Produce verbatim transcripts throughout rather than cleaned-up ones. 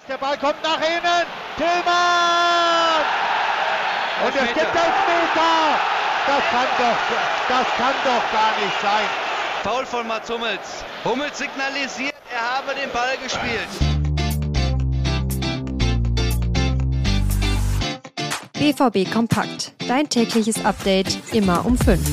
Der Ball kommt nach innen. Tillmann! Und es gibt Elfmeter! Das kann doch, das kann doch gar nicht sein. Foul von Mats Hummels. Hummels signalisiert, er habe den Ball gespielt. B V B Kompakt. Dein tägliches Update immer um fünf.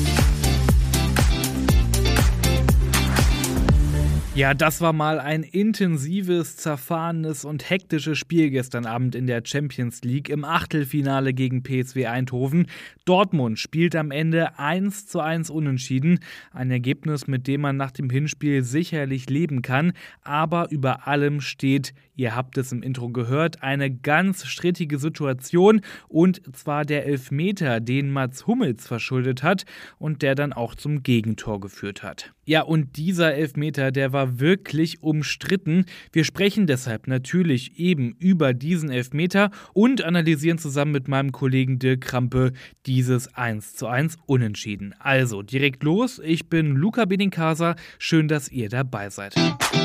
Ja, das war mal ein intensives, zerfahrenes und hektisches Spiel gestern Abend in der Champions League im Achtelfinale gegen P S V Eindhoven. Dortmund spielt am Ende eins zu eins unentschieden. Ein Ergebnis, mit dem man nach dem Hinspiel sicherlich leben kann. Aber über allem steht, ihr habt es im Intro gehört, eine ganz strittige Situation. Und zwar der Elfmeter, den Mats Hummels verschuldet hat und der dann auch zum Gegentor geführt hat. Ja, und dieser Elfmeter, der war wirklich umstritten. Wir sprechen deshalb natürlich eben über diesen Elfmeter und analysieren zusammen mit meinem Kollegen Dirk Krampe dieses eins zu eins Unentschieden. Also direkt los, ich bin Luca Benincasa, schön, dass ihr dabei seid.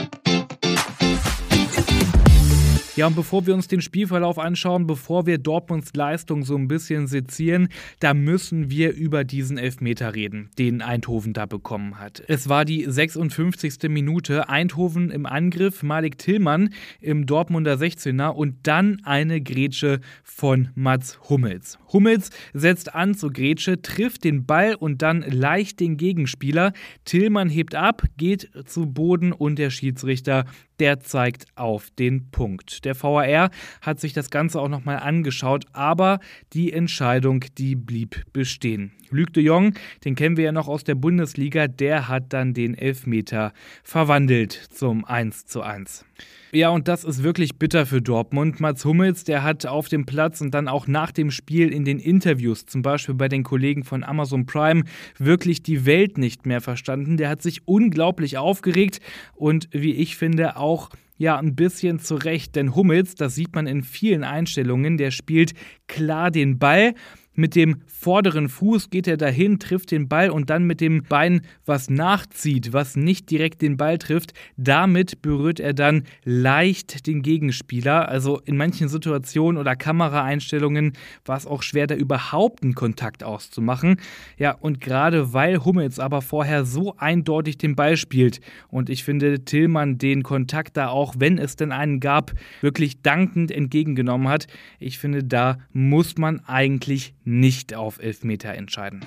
Ja, und bevor wir uns den Spielverlauf anschauen, bevor wir Dortmunds Leistung so ein bisschen sezieren, da müssen wir über diesen Elfmeter reden, den Eindhoven da bekommen hat. Es war die sechsundfünfzigste Minute, Eindhoven im Angriff, Malik Tillmann im Dortmunder sechzehner und dann eine Grätsche von Mats Hummels. Hummels setzt an zur Grätsche, trifft den Ball und dann leicht den Gegenspieler. Tillmann hebt ab, geht zu Boden und der Schiedsrichter, der zeigt auf den Punkt. Der V A R hat sich das Ganze auch nochmal angeschaut, aber die Entscheidung, die blieb bestehen. Luc de Jong, den kennen wir ja noch aus der Bundesliga, der hat dann den Elfmeter verwandelt zum eins zu eins. Ja, und das ist wirklich bitter für Dortmund. Mats Hummels, der hat auf dem Platz und dann auch nach dem Spiel in den Interviews, zum Beispiel bei den Kollegen von Amazon Prime, wirklich die Welt nicht mehr verstanden. Der hat sich unglaublich aufgeregt und, wie ich finde, auch ja, ein bisschen zu Recht, denn Hummels, das sieht man in vielen Einstellungen, der spielt klar den Ball. Mit dem vorderen Fuß geht er dahin, trifft den Ball und dann mit dem Bein, was nachzieht, was nicht direkt den Ball trifft, damit berührt er dann leicht den Gegenspieler. Also in manchen Situationen oder Kameraeinstellungen war es auch schwer, da überhaupt einen Kontakt auszumachen. Ja, und gerade weil Hummels aber vorher so eindeutig den Ball spielt und ich finde, Tillmann den Kontakt da auch, wenn es denn einen gab, wirklich dankend entgegengenommen hat. Ich finde, da muss man eigentlich nicht auf Elfmeter entscheiden.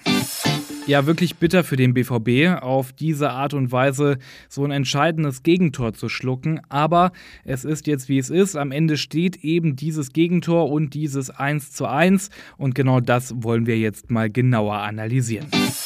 Ja, wirklich bitter für den B V B, auf diese Art und Weise so ein entscheidendes Gegentor zu schlucken. Aber es ist jetzt, wie es ist. Am Ende steht eben dieses Gegentor und dieses eins zu eins. Und genau das wollen wir jetzt mal genauer analysieren.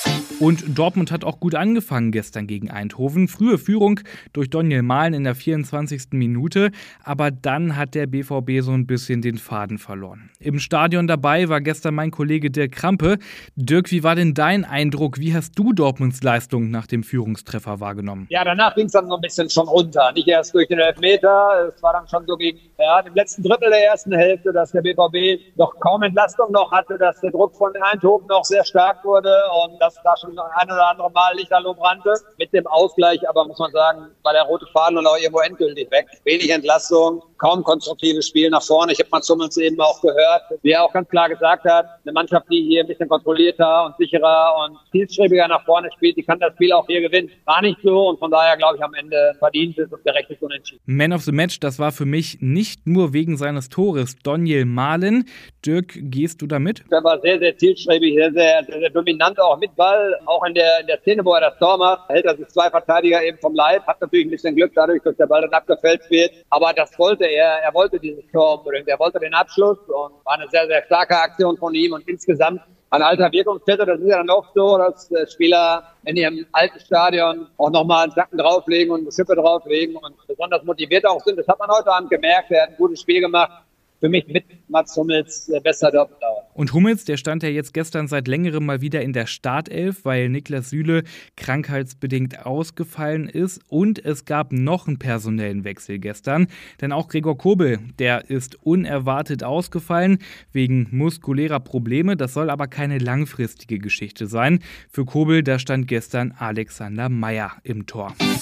Und Dortmund hat auch gut angefangen gestern gegen Eindhoven. Frühe Führung durch Donyell Malen in der vierundzwanzigsten Minute. Aber dann hat der B V B so ein bisschen den Faden verloren. Im Stadion dabei war gestern mein Kollege Dirk Krampe. Dirk, wie war denn dein Eindruck? Wie hast du Dortmunds Leistung nach dem Führungstreffer wahrgenommen? Ja, danach ging es dann so ein bisschen schon runter. Nicht erst durch den Elfmeter. Es war dann schon so gegen ja, im letzten Drittel der ersten Hälfte, dass der B V B noch kaum Entlastung noch hatte, dass der Druck von Eindhoven noch sehr stark wurde und dass da schon ein oder andere Mal Lichterloh brannte. Mit dem Ausgleich aber, muss man sagen, war der rote Faden und auch irgendwo endgültig weg. Wenig Entlastung, kaum konstruktives Spiel nach vorne. Ich habe Mats Hummels eben auch gehört, wie er auch ganz klar gesagt hat, eine Mannschaft, die hier ein bisschen kontrollierter und sicherer und zielstrebiger nach vorne spielt, die kann das Spiel auch hier gewinnen. War nicht so und von daher glaube ich am Ende verdient ist und gerechnet unentschieden. Man of the Match, das war für mich nicht nur wegen seines Tores Donyell Malen. Dirk, gehst du damit? Er war sehr, sehr zielstrebig, sehr, sehr, sehr, sehr dominant auch mit Ball. Auch in der, in der Szene, wo er das Tor macht, hält er sich zwei Verteidiger eben vom Leib. Hat natürlich ein bisschen Glück dadurch, dass der Ball dann abgefälscht wird. Aber das wollte er. Er wollte dieses Tor unbedingt. Er wollte den Abschluss und war eine sehr, sehr starke Aktion von ihm. Und insgesamt an alter Wirkungsstätte, das ist ja dann oft so, dass Spieler in ihrem alten Stadion auch nochmal einen Sacken drauflegen und eine Schippe drauflegen und besonders motiviert auch sind. Das hat man heute Abend gemerkt. Er hat ein gutes Spiel gemacht. Für mich mit Mats Hummels äh, bester Doppelauer. Und Hummels, der stand ja jetzt gestern seit längerem mal wieder in der Startelf, weil Niklas Süle krankheitsbedingt ausgefallen ist. Und es gab noch einen personellen Wechsel gestern. Denn auch Gregor Kobel, der ist unerwartet ausgefallen wegen muskulärer Probleme. Das soll aber keine langfristige Geschichte sein. Für Kobel, da stand gestern Alexander Meyer im Tor.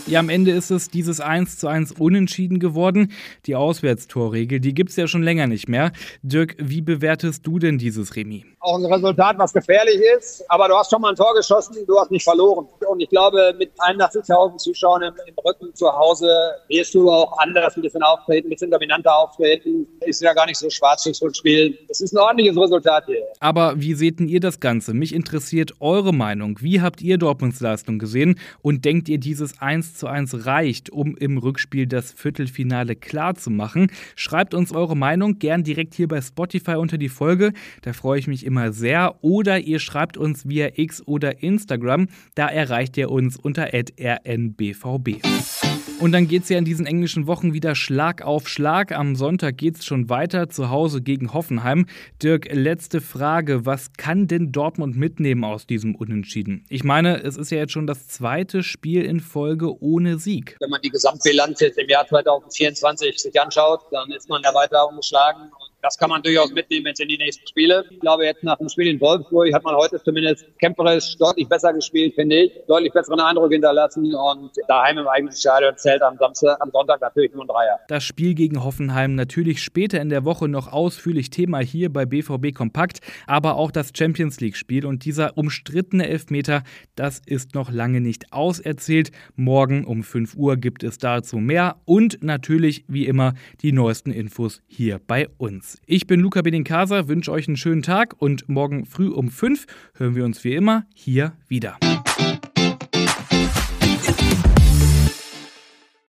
Ja, am Ende ist es dieses eins zu eins Unentschieden geworden. Die Auswärtstorregel, die gibt es ja schon länger nicht mehr. Dirk, wie bewertest du denn dieses Remis? Auch ein Resultat, was gefährlich ist, aber du hast schon mal ein Tor geschossen, du hast nicht verloren. Und ich glaube, mit einundachtzigtausend Zuschauern im, im Rücken zu Hause wirst du auch anders ein bisschen auftreten, ein bisschen dominanter auftreten. Ist ja gar nicht so schwarz fürs Spiel. Es ist ein ordentliches Resultat hier. Aber wie seht denn ihr das Ganze? Mich interessiert eure Meinung. Wie habt ihr Dortmunds Leistung gesehen? Und denkt ihr, dieses eins zu eins reicht, um im Rückspiel das Viertelfinale klar zu machen? Schreibt uns eure Meinung gern direkt hier bei Spotify unter die Folge. Da freue ich mich immer sehr. Oder ihr schreibt uns via X oder Instagram. Da erreicht ihr uns unter at r n b v b. Und dann geht's ja in diesen englischen Wochen wieder Schlag auf Schlag. Am Sonntag geht's schon weiter, zu Hause gegen Hoffenheim. Dirk, letzte Frage. Was kann denn Dortmund mitnehmen aus diesem Unentschieden? Ich meine, es ist ja jetzt schon das zweite Spiel in Folge ohne Sieg. Wenn man die Gesamtbilanz jetzt im Jahr zwanzig vierundzwanzig sich anschaut, dann ist man da weiter umgeschlagen. Das kann man durchaus mitnehmen jetzt in die nächsten Spiele. Ich glaube, jetzt nach dem Spiel in Wolfsburg hat man heute zumindest kämpferisch deutlich besser gespielt, finde ich. Deutlich besseren Eindruck hinterlassen und daheim im eigenen Stadion zählt am Samstag, am Sonntag natürlich nur ein Dreier. Das Spiel gegen Hoffenheim natürlich später in der Woche noch ausführlich Thema hier bei B V B Kompakt, aber auch das Champions-League-Spiel und dieser umstrittene Elfmeter, das ist noch lange nicht auserzählt. Morgen um fünf Uhr gibt es dazu mehr und natürlich wie immer die neuesten Infos hier bei uns. Ich bin Luca Benincasa, wünsche euch einen schönen Tag und morgen früh um fünf hören wir uns wie immer hier wieder.